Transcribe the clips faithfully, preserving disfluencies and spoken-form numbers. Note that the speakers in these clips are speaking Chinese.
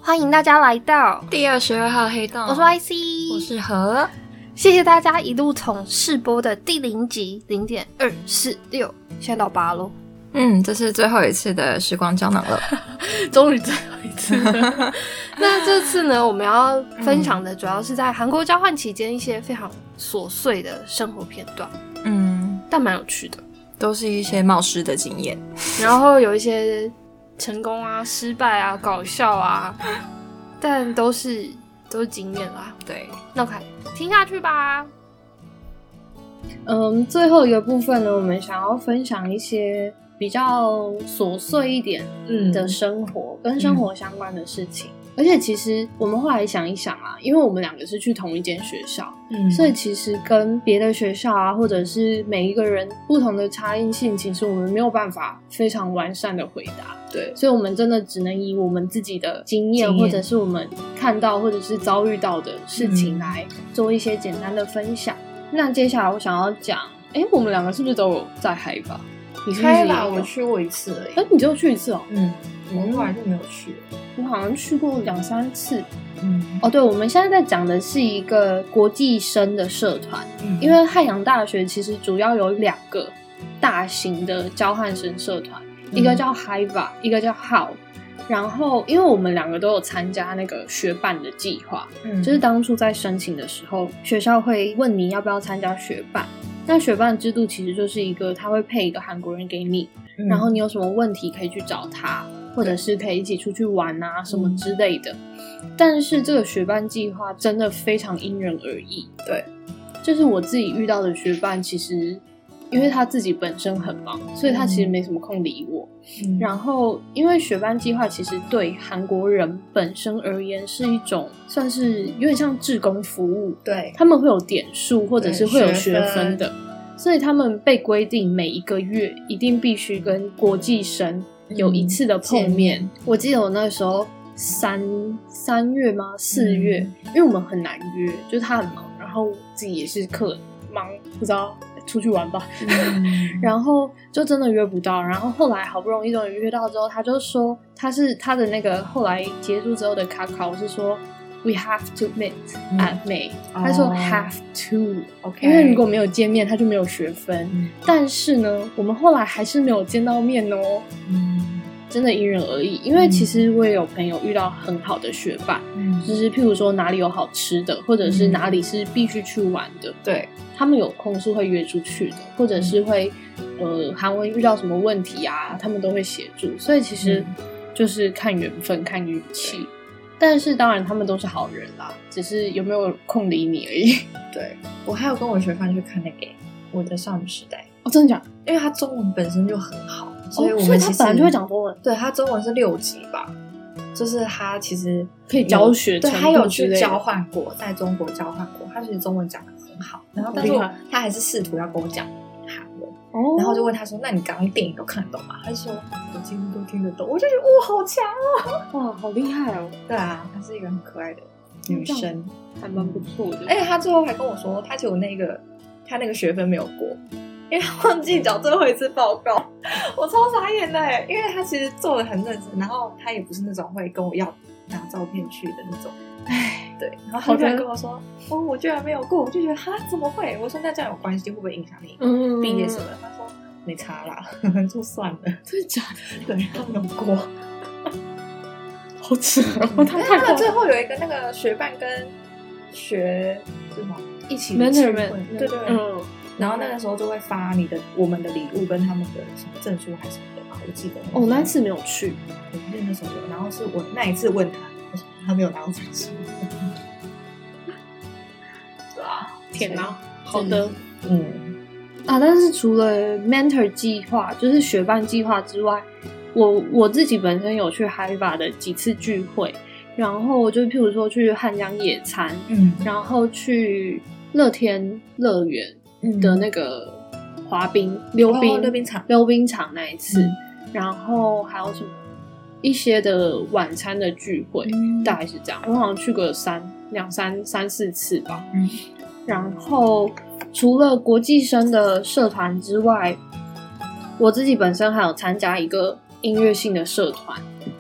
欢迎大家来到第二十二号黑洞， 我是 Y C， 我是何。 谢谢大家一路从试播的第零集 零点二四六 现在到八咯。 嗯，这是最后一次的时光胶囊了终于最后一次了那这次呢，我们要分享的主要是在韩国交换期间一些非常琐碎的生活片段，嗯，但蛮有趣的， 都是一些冒失的经验然后有一些成功啊、失败啊、搞笑啊，但都是都是经验啦。 对， 那我看听下去吧。嗯，最后一个部分呢，我们想要分享一些比较琐碎一点的生活、嗯、跟生活相关的事情、嗯、而且其实我们后来想一想啊，因为我们两个是去同一间学校、嗯、所以其实跟别的学校啊，或者是每一个人不同的差异性，其实我们没有办法非常完善的回答。对，所以我们真的只能以我们自己的经验，或者是我们看到或者是遭遇到的事情来做一些简单的分享、嗯、那接下来我想要讲，诶，我们两个是不是都有在嗨吧？你是不是嗨吧，我去过一次而已。 哎，你只有去一次哦？ 嗯，我后来就没有去了。 我好像去过两三次。嗯，哦，对，我们现在在讲的是一个国际生的社团、嗯，因为汉阳大学其实主要有两个大型的交换生社团、嗯，一个叫 Hiva， 一个叫 How。然后，因为我们两个都有参加那个学伴的计划、嗯，就是当初在申请的时候，学校会问你要不要参加学伴。那学伴制度其实就是一个，他会配一个韩国人给你、嗯、然后你有什么问题可以去找他，或者是可以一起出去玩啊什么之类的、嗯、但是这个学伴计划真的非常因人而异。对，就是我自己遇到的学伴，其实因为他自己本身很忙，所以他其实没什么空理我、嗯、然后因为学伴计划其实对韩国人本身而言是一种算是有点像志工服务，对，他们会有点数或者是会有学分的，所以他们被规定每一个月一定必须跟国际生有一次的碰面、嗯、我记得我那时候三三月吗四月、嗯、因为我们很难约，就是他很忙，然后自己也是课忙，不知道出去玩吧、嗯、然后就真的约不到，然后后来好不容易终于约到之后，他就说他是他的那个后来结束之后的卡考是说 we have to meet at May、嗯、他说 have to、okay. 因为如果没有见面他就没有学分、嗯、但是呢我们后来还是没有见到面哦、嗯，真的因人而异，因为其实我也有朋友遇到很好的学伴、嗯、就是譬如说哪里有好吃的，或者是哪里是必须去玩的、嗯、对，他们有空是会约出去的，或者是会呃韩文遇到什么问题啊他们都会协助，所以其实就是看缘分看运气，但是当然他们都是好人啦，只是有没有空理你而已。 对，我还有跟我学伴去看那个我的少女时代。 哦，真的假的？ 因为他中文本身就很好，所以我们、 哦、所以他本来就会讲中文。 对，他中文是六级吧，就是他其实可以教学， 对，他有去交换过，在中国交换过，他其实中文讲得很好，然后但是他还是试图要跟我讲韩文、哦、然后就问他说那你刚刚电影都看得懂吗？他就说我几乎都听得懂，我就觉得哇好强哦， 哇好厉害哦。 对啊，她是一个很可爱的女生， 还蛮不错的。 而且他最后还跟我说他就有那个他那个学分没有过，因为他忘记缴最后一次报告，我超傻眼的耶，因为他其实做得很认真，然后他也不是那种会跟我要拿照片去的那种，唉，对，然后他就跟我说哦我居然没有过，我就觉得哈怎么会，我说那这样有关系会不会影响你毕业什么的、嗯、他说没差啦就算了。 真的假的？ 对，他没有过好扯哦，他他们最后有一个那个学伴跟学是什么一起 mentorment， 对对对、嗯，然后那个时候就会发你的我们的礼物跟他们的什么证书还是什么的吧，我记得那哦那一次没有去， 我记得那时候有，然后是我那一次问他，他没有拿到证书天哪，好的， 嗯啊，但是除了 mentor 计划就是学伴计划之外，我我自己本身有去 Hiva 的几次聚会，然后就譬如说去汉江野餐，嗯，然后去乐天乐园的那个滑冰溜冰、 哦、溜冰场溜冰场那一次、嗯、然后还有什么一些的晚餐的聚会、嗯、大概是这样，我好像去个三两三三四次吧、嗯、然后除了国际生的社团之外，我自己本身还有参加一个音乐性的社团，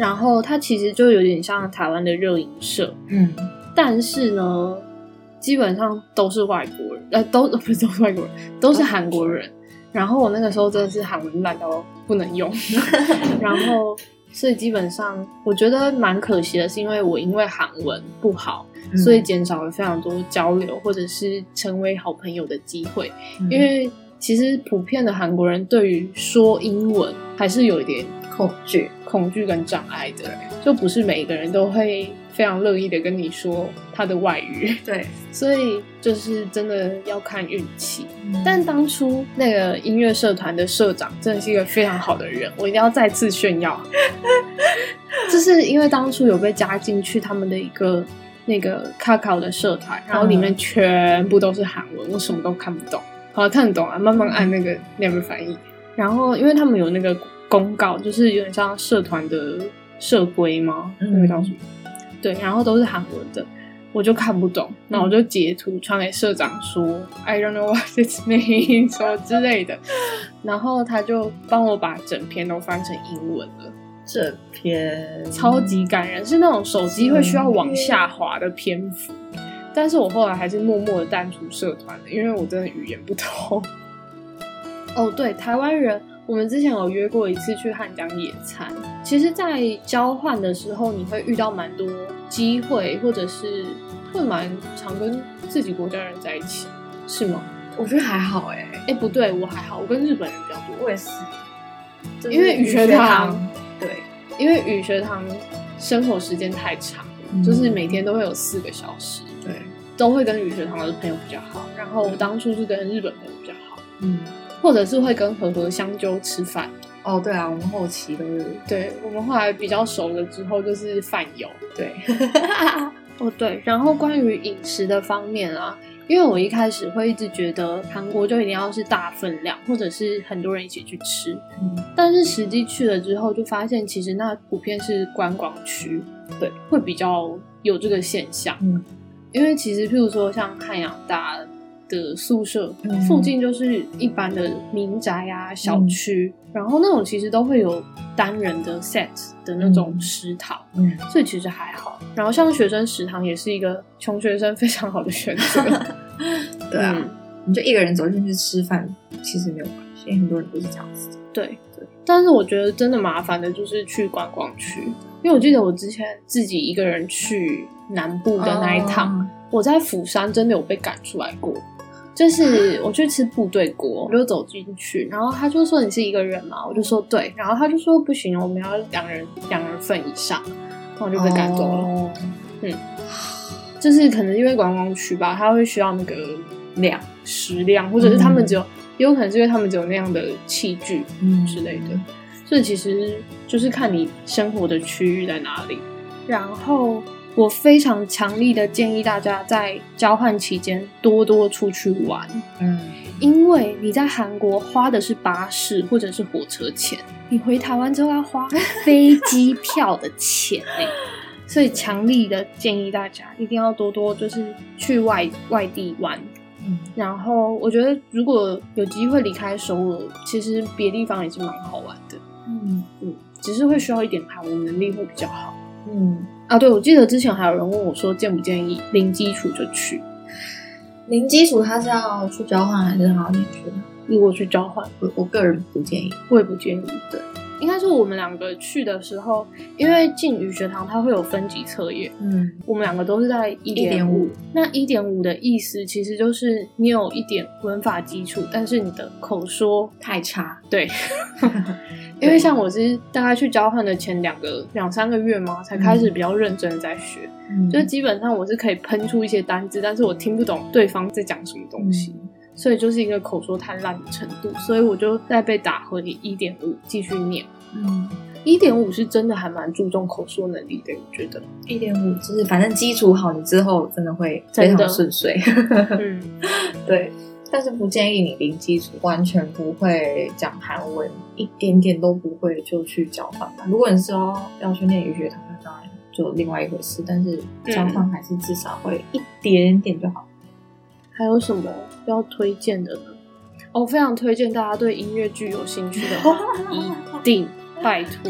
然后它其实就有点像台湾的热音社， 嗯， 但是呢，基本上都是外国人，呃，都不是都是外国人，都是韩国人。然后我那个时候真的是韩文烂到不能用，然后所以基本上我觉得蛮可惜的，是因为我因为韩文不好，嗯、所以减少了非常多交流或者是成为好朋友的机会。嗯、因为其实普遍的韩国人对于说英文还是有一点恐惧、 恐惧跟障碍的，就不是每一个人都会非常乐意的跟你说他的外语。 对， 所以就是真的要看运气。嗯、但当初那个音乐社团的社长真的是一个非常好的人，我一定要再次炫耀。就是因为当初有被加进去他们的一个那个 Kakao 的社团，然后里面全部都是韩文，我什么都看不懂。好，看得懂啊，慢慢按那个那边翻译。然后因为他们有那个公告，就是有点像社团的社规吗？嗯、那个叫什么？对，然后都是韩文的，我就看不懂，那我就截图传给社长说、嗯、I don't know what it means 什么之类的，然后他就帮我把整篇都翻成英文了。 这篇超级感人，是那种手机会需要往下滑的篇幅，但是我后来还是默默的淡出社团了，因为我真的语言不通。哦，对，台湾人我们之前有约过一次去汉江野餐。其实在交换的时候你会遇到蛮多机会，或者是会蛮常跟自己国家人在一起，是吗？ 我觉得还好耶。 哎，不对，我还好，我跟日本人比较多。 我也是， 就是因为语学堂， 对， 因为语学堂生活时间太长了、嗯、就是每天都会有四个小时， 对， 都会跟语学堂的朋友比较好。然后我当初是跟日本朋友比较好， 嗯，或者是会跟和和相揪吃饭。 哦，对啊，我们后期都是， 对，我们后来比较熟了之后就是饭友， 对。 哦，对，然后关于饮食的方面啊，因为我一开始会一直觉得韩国就一定要是大分量，或者是很多人一起去吃，嗯，但是实际去了之后就发现，其实那普遍是观光区，对，会比较有这个现象，嗯，因为其实譬如说像汉阳大的宿舍、嗯、附近就是一般的民宅啊小区、嗯、然后那种其实都会有单人的 set 的那种食堂、嗯、所以其实还好。然后像学生食堂也是一个穷学生非常好的选择。 对啊、嗯、你就一个人走进去吃饭其实没有关系，因为很多人都是这样子的。 对对，但是我觉得真的麻烦的就是去观光区，因为我记得我之前自己一个人去南部的那一趟、哦、我在釜山真的有被赶出来过。就是我去吃部队锅，我就走进去，然后他就说你是一个人吗？我就说对，然后他就说不行，我们要两人两人份以上，然后我就被赶走了。哦、嗯，就是可能因为观光区吧，他会需要那个量食量，或者是他们只有、嗯、也有可能是因为他们只有那样的器具之类的、嗯，所以其实就是看你生活的区域在哪里，然后。我非常强力的建议大家在交换期间多多出去玩，嗯，因为你在韩国花的是巴士或者是火车钱，你回台湾之后要花飞机票的钱欸，所以强力的建议大家一定要多多就是去外外地玩，嗯，然后我觉得如果有机会离开首尔，其实别的地方也是蛮好玩的，嗯嗯，只是会需要一点韩文能力会比较好，嗯。啊，对，我记得之前还有人问我说建不建议零基础就去。 零基础他是要去交换还是他要念书？ 如果去交换， 我我个人不建议， 我也不建议。对，应该说我们两个去的时候，因为进语学堂它会有分级测验，嗯，我们两个都是在一点五。那一点五的意思其实就是你有一点文法基础，但是你的口说太差。 对。因为像我是大概去交换的前两个两三个月嘛，才开始比较认真的在学、嗯、就是基本上我是可以喷出一些单字，但是我听不懂对方在讲什么东西、嗯、所以就是一个口说太烂的程度，所以我就再被打回 一点五 继续念。嗯， 一点五 是真的还蛮注重口说能力的，我觉得一点五 就是反正基础好，你之后真的会非常顺遂。嗯，对，但是不建议你零基础完全不会讲韩文，一点点都不会就去交换吧。如果你是要要去念语学堂，那当然就另外一回事，但是交换还是至少会一点点就好。 还有什么要推荐的呢？哦，非常推荐大家对音乐剧有兴趣的话，一定拜托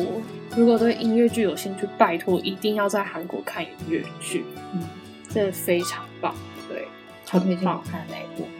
如果对音乐剧有兴趣，拜托一定要在韩国看音乐剧，嗯，真的非常棒。对， 超推荐我看的那一部，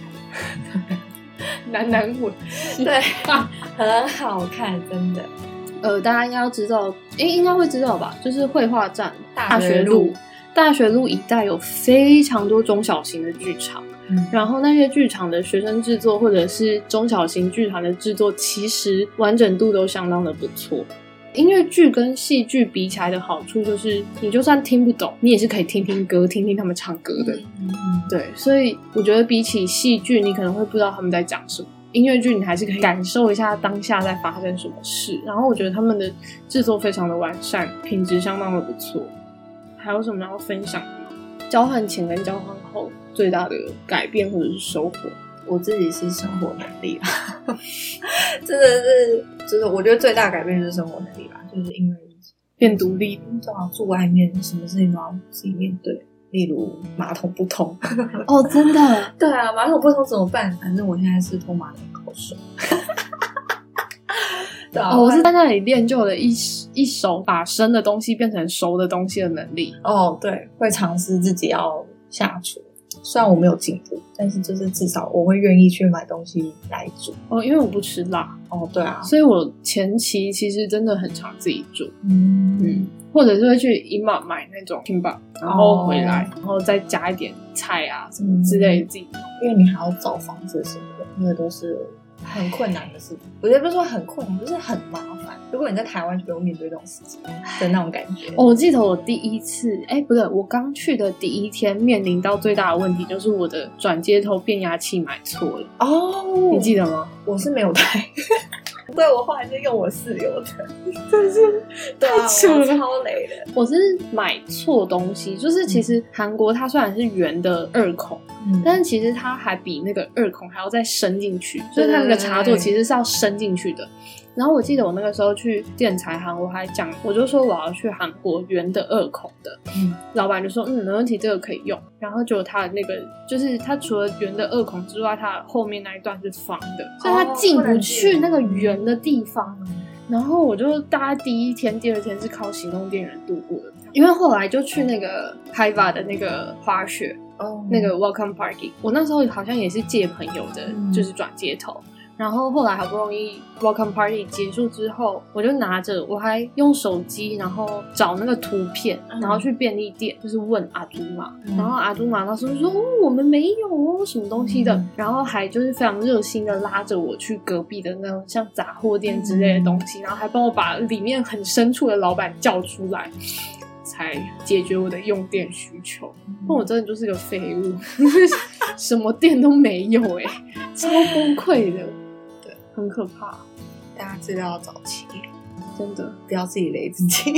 男男吻， 对，很好看，真的。 呃，大家应该要知道，诶，应该会知道吧？就是绘画站大学路，大学路一带有非常多中小型的剧场。嗯、然后那些剧场的学生制作或者是中小型剧团的制作，其实完整度都相当的不错。音乐剧跟戏剧比起来的好处就是，你就算听不懂，你也是可以听听歌，听听他们唱歌的。嗯嗯，对，所以我觉得比起戏剧，你可能会不知道他们在讲什么。音乐剧你还是可以感受一下当下在发生什么事。然后我觉得他们的制作非常的完善，品质相当的不错。还有什么要分享的吗？交换前跟交换后最大的改变或者是收获， 我自己是生活能力啦，真的是，就是我觉得最大的改变就是生活能力吧，就是因为变独立， 正好住外面，什么事情都要自己面对，例如马桶不通。 哦，真的？ 对啊，马桶不通怎么办？反正我现在是通马桶口水。 哦，我是在那里练就了一一手把生的东西变成熟的东西的能力。 哦，对，会尝试自己要下厨，虽然我没有进步，但是就是至少我会愿意去买东西来煮。 哦，因为我不吃辣。 哦，对啊， 所以我前期其实真的很常自己煮。嗯嗯，或者是会去姨妈买那种 kimbap， 然后回来，哦、然后再加一点菜啊什么之类的自己弄。 因为你还要找房子什么的，那个都是很困难的事情。我觉得不是说很困难，就是很麻烦。如果你在台湾就不用面对这种事情的那种感觉。 哦，我记得我第一次，哎，不对，我刚去的第一天面临到最大的问题就是我的转接头变压器买错了。哦，你记得吗？ 我是没有带。对，我后来就用我室友的， 真是太扯了， 超雷的。 我是买错东西，就是其实韩国它虽然是圆的二孔，嗯、但是其实它还比那个二孔还要再伸进去，所以它那个插座其实是要伸进去的。然后我记得我那个时候去电材行，我还讲，我就说我要去韩国圆的二孔的，嗯，老板就说嗯没问题，这个可以用。然后结果他的那个就是他除了圆的二孔之外，他后面那一段是方的，所以他进不去那个圆的地方。哦、然后我就大概第一天、第二天是靠行动电源度过的，因为后来就去那个 Hiva 的那个滑雪，哦，那个 Welcome Party， 我那时候好像也是借朋友的，嗯、就是转接头。然后后来好不容易 Welcome Party 结束之后，我就拿着，我还用手机，然后找那个图片，然后去便利店，就是问阿朱玛，嗯、然后阿朱玛那时候就说哦，我们没有哦，什么东西的，嗯、然后还就是非常热心的拉着我去隔壁的那种像杂货店之类的东西，嗯、然后还帮我把里面很深处的老板叫出来，才解决我的用电需求。那、嗯、我真的就是个废物，什么店都没有哎、欸，超崩溃的。很可怕， 大家知道要早起， 真的不要自己雷自己。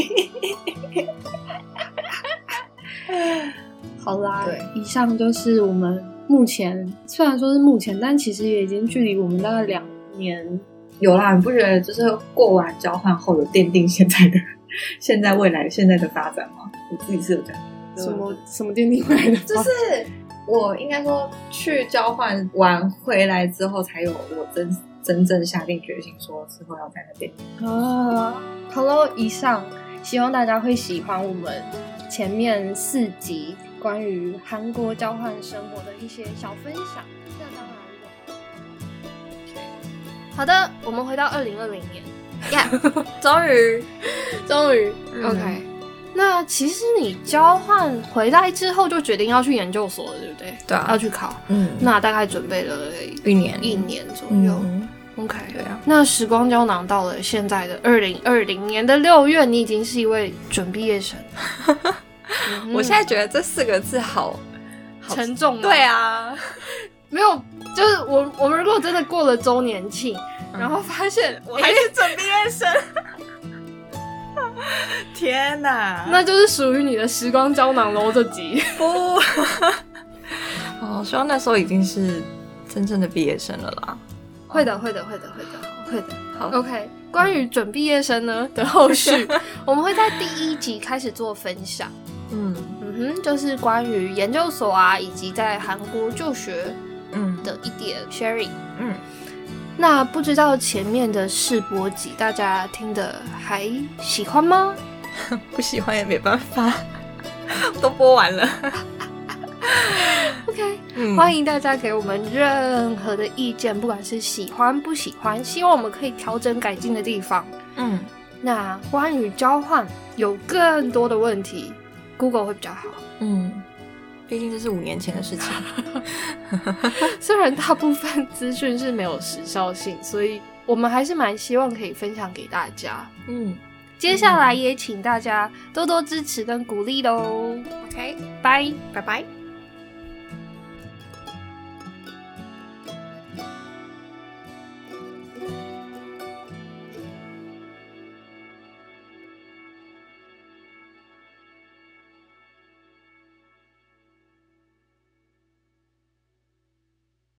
好啦，对，以上就是我们目前，虽然说是目前，但其实也已经距离我们大概两年。 有啦，你不觉得就是过完交换后有奠定现在的、现在未来现在的发展吗？我自己是有这样觉得。什么什么奠定未来的发展？ 就是我应该说去交换完回来之后，才有我真。真正下定决心说之后要在那边啊。好了，以上希望大家会喜欢我们前面四集关于韩国交换生活的一些小分享。那当然，好的，我们回到二零二零年， 呀、yeah, ，终于， 终于、嗯、，OK。那其实你交换回来之后就决定要去研究所了，对不对？ 对啊， 要去考。嗯，那大概准备了一年， 一年左右。嗯OK， 对啊。 那时光胶囊到了现在的二零二零年的六月，你已经是一位准毕业生。 嗯、我现在觉得这四个字好沉重。 对啊， 没有，就是我我们如果真的过了周年庆，嗯、然后发现我还是准毕业生，天哪， 那就是属于你的时光胶囊喽。这集不，哦，希望那时候已经是真正的毕业生了啦。 会的，会的，会的，会的，会的。好 ，OK。关于准毕业生呢的后续，我们会在第一集开始做分享。嗯嗯哼，就是关于研究所啊，以及在韩国就学嗯的一点 sharing。嗯， 那不知道前面的试播集大家听得还喜欢吗？ 不喜欢也没办法，都播完了。 OK，、嗯、欢迎大家给我们任何的意见，不管是喜欢不喜欢，希望我们可以调整改进的地方。嗯，那关于交换有更多的问题 ，Google 会比较好。嗯， 毕竟这是五年前的事情。 虽然大部分资讯是没有时效性，所以我们还是蛮希望可以分享给大家。嗯，接下来也请大家多多支持跟鼓励咯。 OK， 拜拜拜。